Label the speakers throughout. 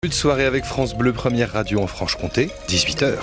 Speaker 1: Une soirée avec France Bleu, première radio en Franche-Comté, 18h.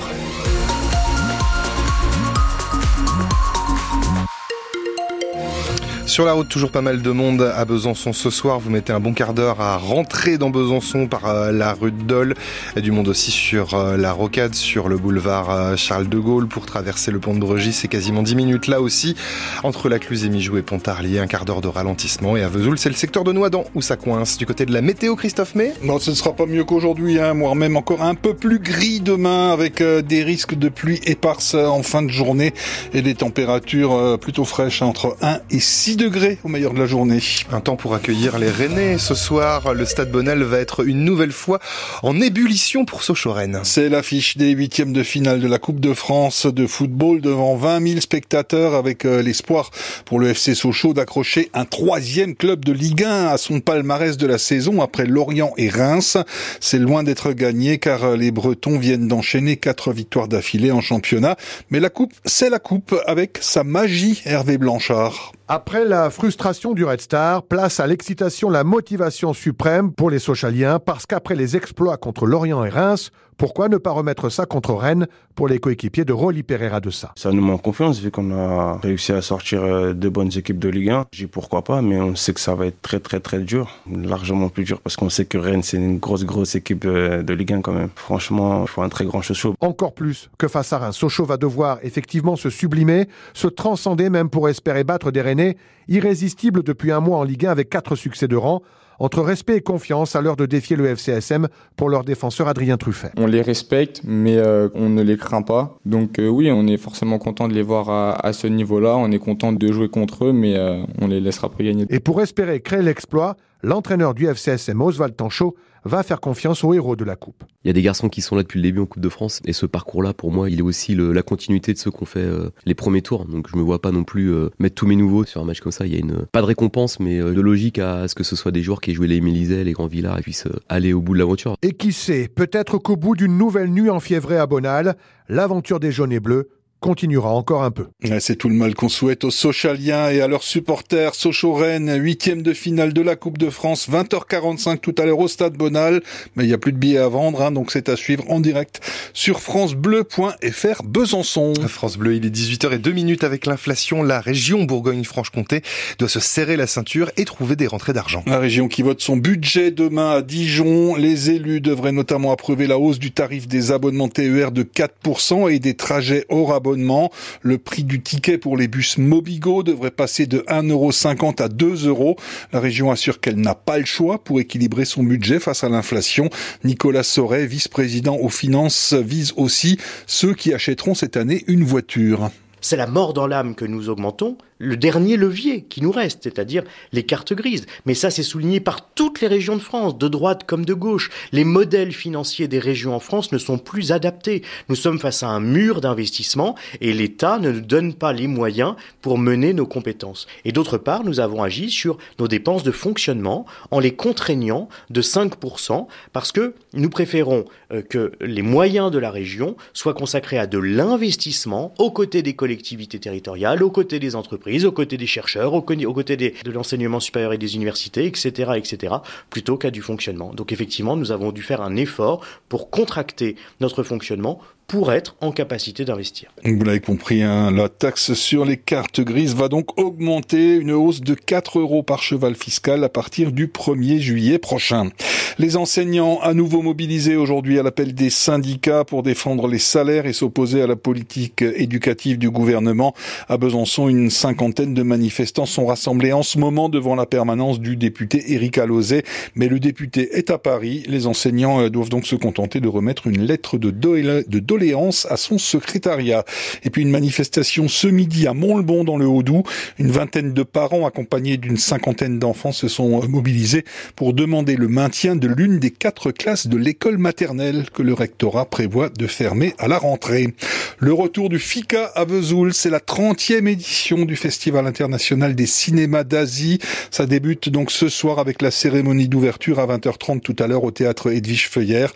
Speaker 1: Sur la route, toujours pas mal de monde à Besançon ce soir. Vous mettez un bon quart d'heure à rentrer dans Besançon par la rue de Dole. Et du monde aussi sur la Rocade, sur le boulevard Charles de Gaulle pour traverser le pont de Bregis. C'est quasiment 10 minutes là aussi. Entre la Cluse et Mijou et Pontarlier, un quart d'heure de ralentissement. Et à Vesoul, c'est le secteur de Noidans où ça coince. Du côté de la météo, Christophe May ?
Speaker 2: Non, ce ne sera pas mieux qu'aujourd'hui, voire même encore un peu plus gris demain avec des risques de pluie éparses en fin de journée et des températures plutôt fraîches entre 1 et 6 degrés au meilleur de la journée.
Speaker 1: Un temps pour accueillir les Rennais. Ce soir, le Stade Bonal va être une nouvelle fois en ébullition pour Sochaux-Rennes.
Speaker 2: C'est l'affiche des huitièmes de finale de la Coupe de France de football devant 20 000 spectateurs avec l'espoir pour le FC Sochaux d'accrocher un troisième club de Ligue 1 à son palmarès de la saison après Lorient et Reims. C'est loin d'être gagné car les Bretons viennent d'enchaîner 4 victoires d'affilée en championnat. Mais la Coupe, c'est la Coupe avec sa magie, Hervé Blanchard.
Speaker 3: Après la frustration du Red Star, place à l'excitation, la motivation suprême pour les Sochaliens, parce qu'après les exploits contre Lorient et Reims, pourquoi ne pas remettre ça contre Rennes pour les coéquipiers de Rolly Pereira de ça?
Speaker 4: Ça nous met en confiance vu qu'on a réussi à sortir de bonnes équipes de Ligue 1. Je dis pourquoi pas, mais on sait que ça va être très très très dur, largement plus dur parce qu'on sait que Rennes c'est une grosse équipe de Ligue 1 quand même. Franchement, il faut un très grand Sochaux.
Speaker 3: Encore plus que face à Reims, Sochaux va devoir effectivement se sublimer, se transcender même pour espérer battre des Rennais irrésistibles depuis un mois en Ligue 1 avec 4 succès de rang. Entre respect et confiance à l'heure de défier le FCSM pour leur défenseur Adrien Truffet.
Speaker 5: On les respecte, mais on ne les craint pas. Donc oui, on est forcément content de les voir à ce niveau-là. On est content de jouer contre eux, mais on les laissera pas gagner.
Speaker 3: Et pour espérer créer l'exploit, l'entraîneur du FCSM, Oswald Tanchot, va faire confiance aux héros de la Coupe.
Speaker 6: Il y a des garçons qui sont là depuis le début en Coupe de France et ce parcours-là, pour moi, il est aussi la continuité de ceux qu'on fait les premiers tours. Donc je me vois pas non plus mettre tous mes nouveaux sur un match comme ça. Il y a pas de récompense, mais de logique à ce que ce soit des joueurs qui aient joué les Émile Liset, les Grands Villards et puissent aller au bout de l'aventure.
Speaker 3: Et qui sait, peut-être qu'au bout d'une nouvelle nuit enfiévrée à Bonal, l'aventure des jaunes et bleus continuera encore un peu.
Speaker 2: C'est tout le mal qu'on souhaite aux Sochaliens et à leurs supporters. Sochaux-Rennes, huitième de finale de la Coupe de France, 20h45 tout à l'heure au Stade Bonal. Mais il n'y a plus de billets à vendre, donc c'est à suivre en direct sur francebleu.fr Besançon.
Speaker 1: France Bleu, il est 18h02 avec l'inflation. La région Bourgogne-Franche-Comté doit se serrer la ceinture et trouver des rentrées d'argent.
Speaker 2: La région qui vote son budget demain à Dijon. Les élus devraient notamment approuver la hausse du tarif des abonnements TER de 4% et des trajets hors abonnement. Le prix du ticket pour les bus Mobigo devrait passer de 1,50 € à 2 €. La région assure qu'elle n'a pas le choix pour équilibrer son budget face à l'inflation. Nicolas Sauret, vice-président aux finances, vise aussi ceux qui achèteront cette année une voiture.
Speaker 7: C'est la mort dans l'âme que nous augmentons, le dernier levier qui nous reste, c'est-à-dire les cartes grises. Mais ça, c'est souligné par toutes les régions de France, de droite comme de gauche. Les modèles financiers des régions en France ne sont plus adaptés. Nous sommes face à un mur d'investissement et l'État ne nous donne pas les moyens pour mener nos compétences. Et d'autre part, nous avons agi sur nos dépenses de fonctionnement en les contraignant de 5% parce que nous préférons que les moyens de la région soient consacrés à de l'investissement aux côtés des collectivités territoriales, aux côtés des entreprises, aux côtés des chercheurs, aux côtés de l'enseignement supérieur et des universités, etc., plutôt qu'à du fonctionnement. Donc effectivement, nous avons dû faire un effort pour contracter notre fonctionnement pour être en capacité d'investir.
Speaker 2: Vous l'avez compris, la taxe sur les cartes grises va donc augmenter, une hausse de 4 € par cheval fiscal à partir du 1er juillet prochain. Les enseignants à nouveau mobilisés aujourd'hui à l'appel des syndicats pour défendre les salaires et s'opposer à la politique éducative du gouvernement. À Besançon, une cinquantaine de manifestants sont rassemblés en ce moment devant la permanence du député Éric Alauzet. Mais le député est à Paris. Les enseignants doivent donc se contenter de remettre une lettre de doléance à son secrétariat. Et puis une manifestation ce midi à Montleban dans le Haut-Doubs. Une vingtaine de parents accompagnés d'une cinquantaine d'enfants se sont mobilisés pour demander le maintien de l'une des 4 classes de l'école maternelle que le rectorat prévoit de fermer à la rentrée. Le retour du FICA à Vesoul, c'est la 30e édition du Festival international des cinémas d'Asie. Ça débute donc ce soir avec la cérémonie d'ouverture à 20h30 tout à l'heure au théâtre Edwige Feuillère.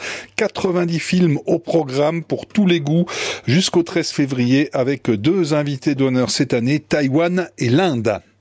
Speaker 2: 90 films au programme pour tous les goûts jusqu'au 13 février avec 2 invités d'honneur cette année, Taïwan et l'Inde.